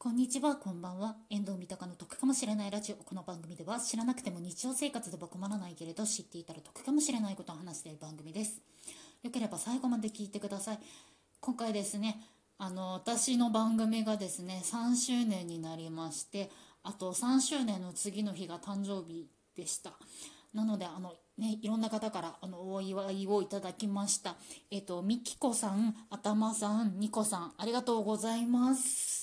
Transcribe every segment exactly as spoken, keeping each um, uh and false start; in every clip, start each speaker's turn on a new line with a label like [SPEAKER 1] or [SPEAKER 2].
[SPEAKER 1] こんにちは、こんばんは。遠藤三鷹の得かもしれないラジオ。この番組では知らなくても日常生活では困らないけれど知っていたら得かもしれないことを話している番組です。よければ最後まで聞いてください。今回ですね、あの、私の番組がですね、さんしゅうねんになりまして、あとさんしゅうねんの次の日が誕生日でした。なので、あの、ね、いろんな方からあのお祝いをいただきました。えっと、みきこさん、あたまさん、にこさん、ありがとうございます。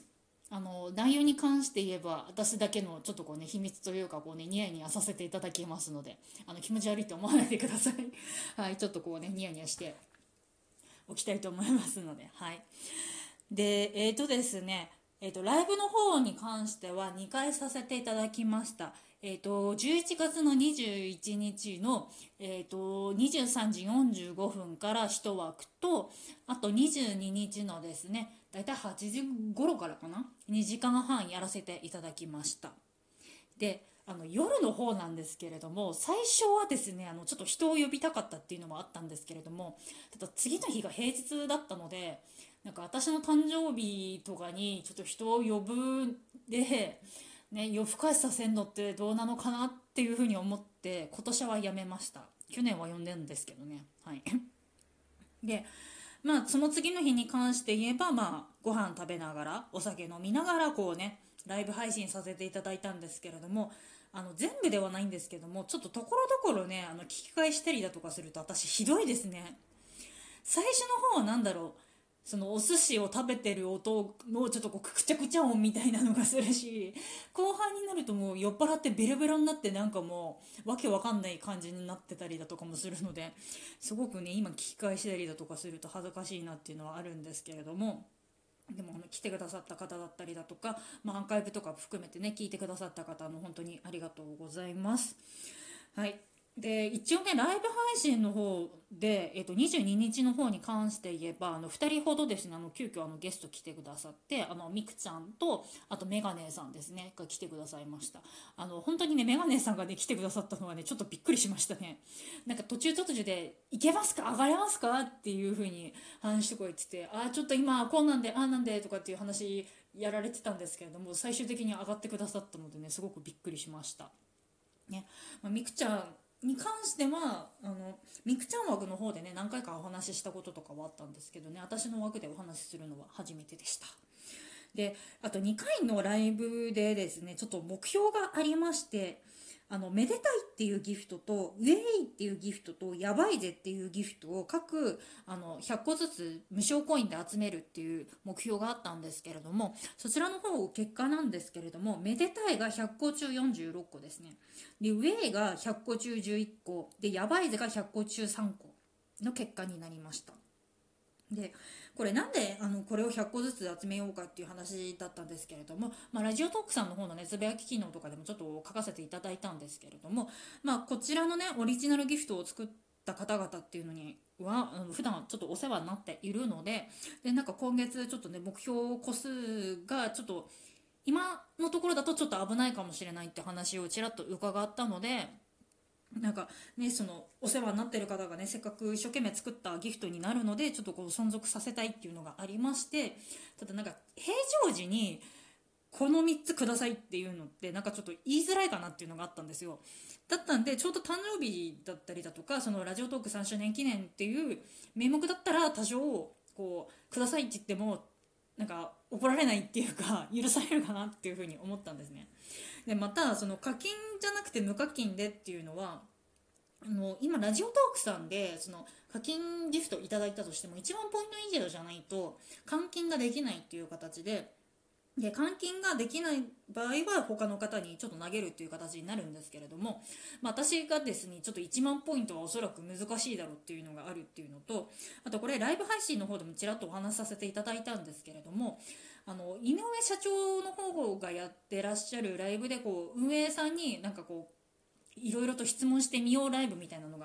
[SPEAKER 1] あの内容に関して言えば私だけのちょっとこうね秘密というかこうねニヤニヤさせていただきますので、あの気持ち悪いと思わないでください。はい、ちょっとこうねニヤニヤしておきたいと思いますので、はい。で、えーとですね、えーとライブの方に関してはにかいさせていただきました。えーとじゅういちがつのにじゅういちにちの、えーとにじゅうさんじよんじゅうごふんからいち枠と、あとにじゅうににちのですね、だいたいはちじ頃からかな、にじかんはんやらせていただきました。で、あの夜の方なんですけれども、最初はですね、あのちょっと人を呼びたかったっていうのもあったんですけれども、ただ次の日が平日だったので、なんか私の誕生日とかにちょっと人を呼ぶで、ね、夜更かしさせんのってどうなのかなっていうふうに思って今年はやめました。去年は呼んでるんですけどね、はい。で、まあその次の日に関して言えば、まあご飯食べながらお酒飲みながらこうねライブ配信させていただいたんですけれども、あの全部ではないんですけども、ちょっとところどころね、あの聞き返したりだとかすると私ひどいですね。最初の方は何だろう、そのお寿司を食べてる音のちょっとこうくちゃくちゃ音みたいなのがするし、後半になるともう酔っ払ってベロベロになってなんかもうわけわかんない感じになってたりだとかもするので、すごくね今聞き返したりだとかすると恥ずかしいなっていうのはあるんですけれども、でもあの来てくださった方だったりだとか、まあ、アーカイブとか含めてね聞いてくださった方の本当にありがとうございます。はい。で、一応ね、ライブ配信の方で、えっと、にじゅうににちの方に関して言えば、あの、ふたりほどですね、あの、急遽あの、ゲスト来てくださって、あの、みくちゃんと、あと、メガネさんですね、が来てくださいました。あの、本当にね、メガネさんがね、来てくださったのはね、ちょっとびっくりしましたね。なんか途中途中で、いけますか上がれますかっていう風に話とか言ってて、あ、ちょっと今、こうなんで、ああなんで、とかっていう話、やられてたんですけれども、最終的に上がってくださったのでね、すごくびっくりしました。ね、まあ、みくちゃんに関してはあのみくちゃん枠の方でね何回かお話ししたこととかはあったんですけどね、私の枠でお話しするのは初めてでした。で、あとにかいのライブでですねちょっと目標がありまして、あのめでたいっていうギフトとウェイっていうギフトとやばいぜっていうギフトを各あのひゃっこずつ無償コインで集めるっていう目標があったんですけれども、そちらの方結果なんですけれども、めでたいがひゃっこ中よんじゅうろっこですね。でウェイがひゃっこ中じゅういっこでやばいぜがひゃっこ中さんこの結果になりました。でこれなんであのこれをひゃっこずつ集めようかっていう話だったんですけれども、まあ、ラジオトークさんの方のねつぶやき機能とかでもちょっと書かせていただいたんですけれども、まあ、こちらのねオリジナルギフトを作った方々っていうのにはあの普段ちょっとお世話になっているので、でなんか今月ちょっとね目標個数がちょっと今のところだとちょっと危ないかもしれないって話をちらっと伺ったので、なんかね、そのお世話になってる方がねせっかく一生懸命作ったギフトになるのでちょっとこう存続させたいっていうのがありまして、ただなんか平常時にこのみっつくださいっていうのってなんかちょっと言いづらいかなっていうのがあったんですよ。だったんでちょうど誕生日だったりだとかそのラジオトークさんしゅうねん記念っていう名目だったら多少こうくださいって言ってもなんか怒られないっていうか許されるかなっていうふうに思ったんですね。でまたその課金じゃなくて無課金でっていうのはあの今ラジオトークさんでその課金ギフトいただいたとしてもいちまんポイント以上じゃないと換金ができないっていう形で、で換金ができない場合は他の方にちょっと投げるっていう形になるんですけれども、まあ、私がですねちょっといちまんポイントはおそらく難しいだろうっていうのがあるっていうのと、あとこれライブ配信の方でもちらっとお話しさせていただいたんですけれども、あの井上社長の方がやってらっしゃるライブでこう運営さんになんかこういろいろと質問してみようライブみたいなのが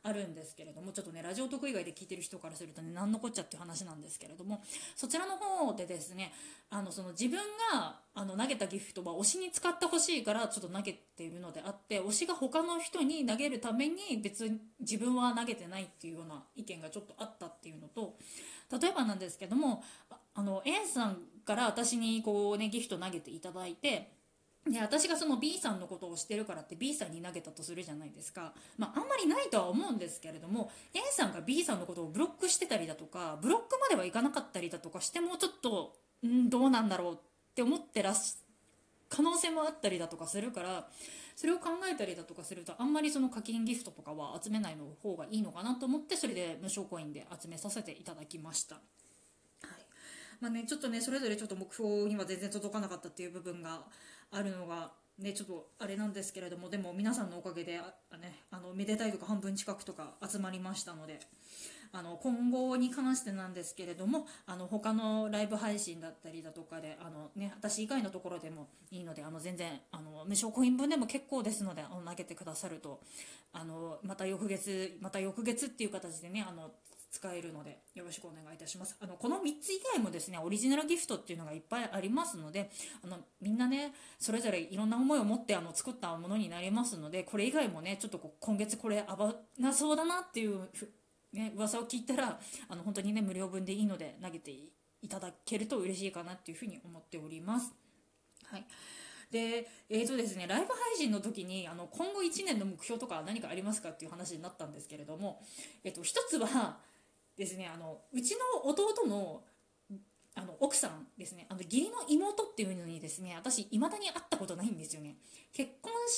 [SPEAKER 1] あるんですけれども、ちょっとねラジオトーク以外で聞いてる人からするとね何のこっちゃっていう話なんですけれども、そちらの方でですね、あのその自分があの投げたギフトは推しに使ってほしいからちょっと投げているのであって、推しが他の人に投げるために別に自分は投げてないっていうような意見がちょっとあったっていうのと、例えばなんですけども、ああの A さんから私にこうねギフト投げていただいて、で私がその B さんのことをしてるからって B さんに投げたとするじゃないですか。まあ、あんまりないとは思うんですけれども、 A さんが B さんのことをブロックしてたりだとか、ブロックまではいかなかったりだとかしてもちょっとんどうなんだろうって思ってらっし可能性もあったりだとかするから、それを考えたりだとかするとあんまりその課金ギフトとかは集めないの方がいいのかなと思って、それで無償コインで集めさせていただきました。まあね、ちょっとねそれぞれちょっと目標には全然届かなかったっていう部分があるのがねちょっとあれなんですけれども、でも皆さんのおかげであ、ね、あのめでたいとか半分近くとか集まりましたので、あの今後に関してなんですけれども、あの他のライブ配信だったりだとかであの、ね、私以外のところでもいいので、あの全然あの無償コイン分でも結構ですので、あの投げてくださるとあのまた翌月また翌月っていう形でねあの使えるのでよろしくお願いいたします。あのこのみっつ以外もですねオリジナルギフトっていうのがいっぱいありますので、あのみんなねそれぞれいろんな思いを持ってあの作ったものになりますので、これ以外もねちょっとこう今月これ危なそうだなっていうね噂を聞いたら、あの本当にね無料分でいいので投げていただけると嬉しいかなっていうふうに思っております。はいでえーとですね、ライブ配信の時にあの今後いちねんの目標とか何かありますかっていう話になったんですけれども、えっと、一つはですね、あのうちの弟のあの奥さんですね、あの義理の妹っていうのにですね私いまだに会ったことないんですよね。結婚して、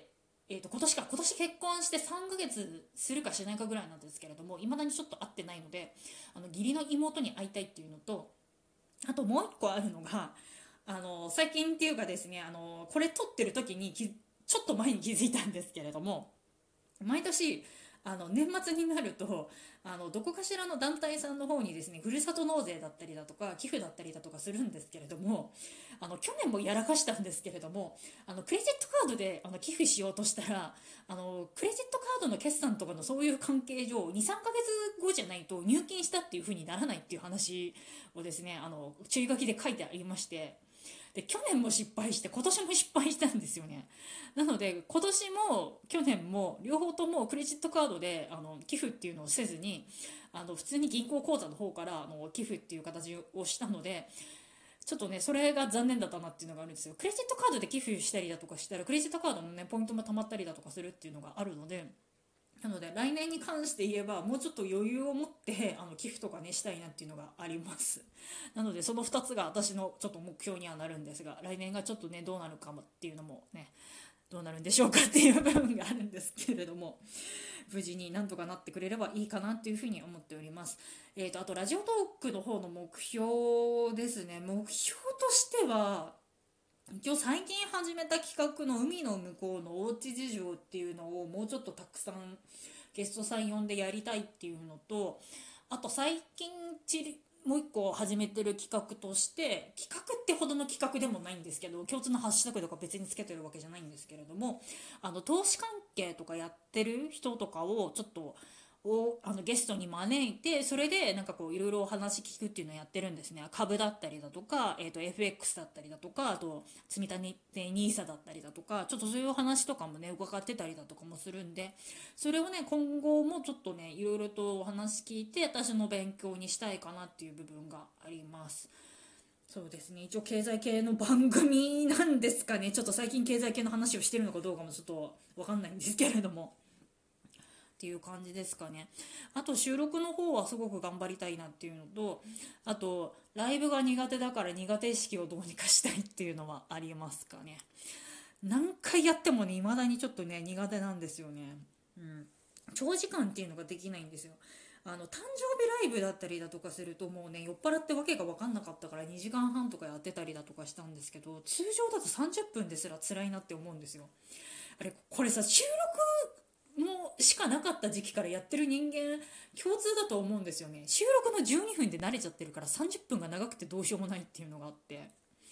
[SPEAKER 1] えー、と今年か今年結婚してさんかげつするかしないかぐらいなんですけれども、いまだにちょっと会ってないので、あの義理の妹に会いたいっていうのと、あともう一個あるのが、あの最近っていうかですね、あのこれ撮ってる時にきちょっと前に気づいたんですけれども、毎年あの年末になるとあのどこかしらの団体さんの方にですねふるさと納税だったりだとか寄付だったりだとかするんですけれども、あの去年もやらかしたんですけれども、あのクレジットカードであの寄付しようとしたら、あのクレジットカードの決算とかのそういう関係上にさんかげつごじゃないと入金したっていう風にならないっていう話をですねあの注意書きで書いてありまして、で去年も失敗して今年も失敗したんですよね。なので今年も去年も両方ともクレジットカードであの寄付っていうのをせずに、あの普通に銀行口座の方からあの寄付っていう形をしたので、ちょっとねそれが残念だったなっていうのがあるんですよ。クレジットカードで寄付したりだとかしたらクレジットカードのねポイントも貯まったりだとかするっていうのがあるので、なので来年に関して言えばもうちょっと余裕を持ってあの寄付とかねしたいなっていうのがあります。なのでそのふたつが私のちょっと目標にはなるんですが、来年がちょっとねどうなるかもっていうのもねどうなるんでしょうかっていう部分があるんですけれども、無事になんとかなってくれればいいかなっていうふうに思っております。えーとあとラジオトークの方の目標ですね。目標としては一応最近始めた企画の海の向こうのおうち事情っていうのをもうちょっとたくさんゲストさん呼んでやりたいっていうのと、あと最近ちもう一個始めてる企画として、企画ってほどの企画でもないんですけど、共通のハッシュタグとか別につけてるわけじゃないんですけれども、あの投資関係とかやってる人とかをちょっとをあのゲストに招いて、それでなんかこういろいろお話聞くっていうのをやってるんですね。株だったりだとか、えー、と エフエックス だったりだとか、あと積み立て ニーサ だったりだとか、ちょっとそういうお話とかもね伺ってたりだとかもするんで、それをね今後もちょっとねいろいろとお話聞いて私の勉強にしたいかなっていう部分があります。そうですね、一応経済系の番組なんですかね。ちょっと最近経済系の話をしてるのかどうかもちょっと分かんないんですけれどもっていう感じですかね。あと収録の方はすごく頑張りたいなっていうのと、あとライブが苦手だから苦手意識をどうにかしたいっていうのはありますかね。何回やってもね未だにちょっとね苦手なんですよね。うん、長時間っていうのができないんですよ。あの誕生日ライブだったりだとかするともうね酔っ払ってわけが分かんなかったからにじかんはんとかやってたりだとかしたんですけど、通常だとさんじゅっぷんですら辛いなって思うんですよ。あれこれさ収録もしかなかった時期からやってる人間共通だと思うんですよね。収録のじゅうにふんで慣れちゃってるからさんじゅっぷんが長くてどうしようもないっていうのがあって、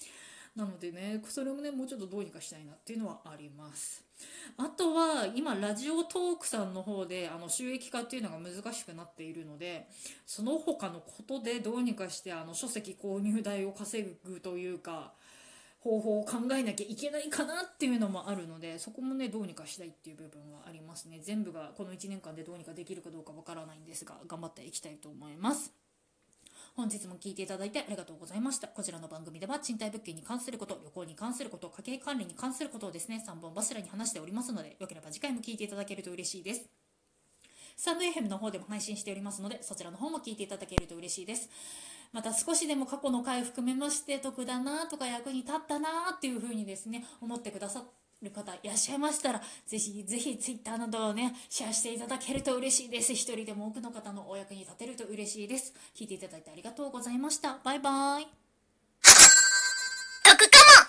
[SPEAKER 1] なのでね、それもねもうちょっとどうにかしたいなっていうのはあります。あとは今ラジオトークさんの方であの収益化っていうのが難しくなっているので、その他のことでどうにかしてあの書籍購入代を稼ぐというか方法を考えなきゃいけないかなっていうのもあるので、そこもねどうにかしたいっていう部分はありますね。全部がこのいちねんかんでどうにかできるかどうかわからないんですが、頑張っていきたいと思います。本日も聞いていただいてありがとうございました。こちらの番組では賃貸物件に関すること、旅行に関すること、家計管理に関することをですねさんぼん柱に話しておりますので、よければ次回も聞いていただけると嬉しいです。スタンド エフエム の方でも配信しておりますので、そちらの方も聞いていただけると嬉しいです。また少しでも過去の回含めまして得だなとか役に立ったなっていう風にですね思ってくださる方いらっしゃいましたら、ぜひぜひ Twitter などをねシェアしていただけると嬉しいです。一人でも多くの方のお役に立てると嬉しいです。聞いていただいてありがとうございました。バイバイ。
[SPEAKER 2] 得かも。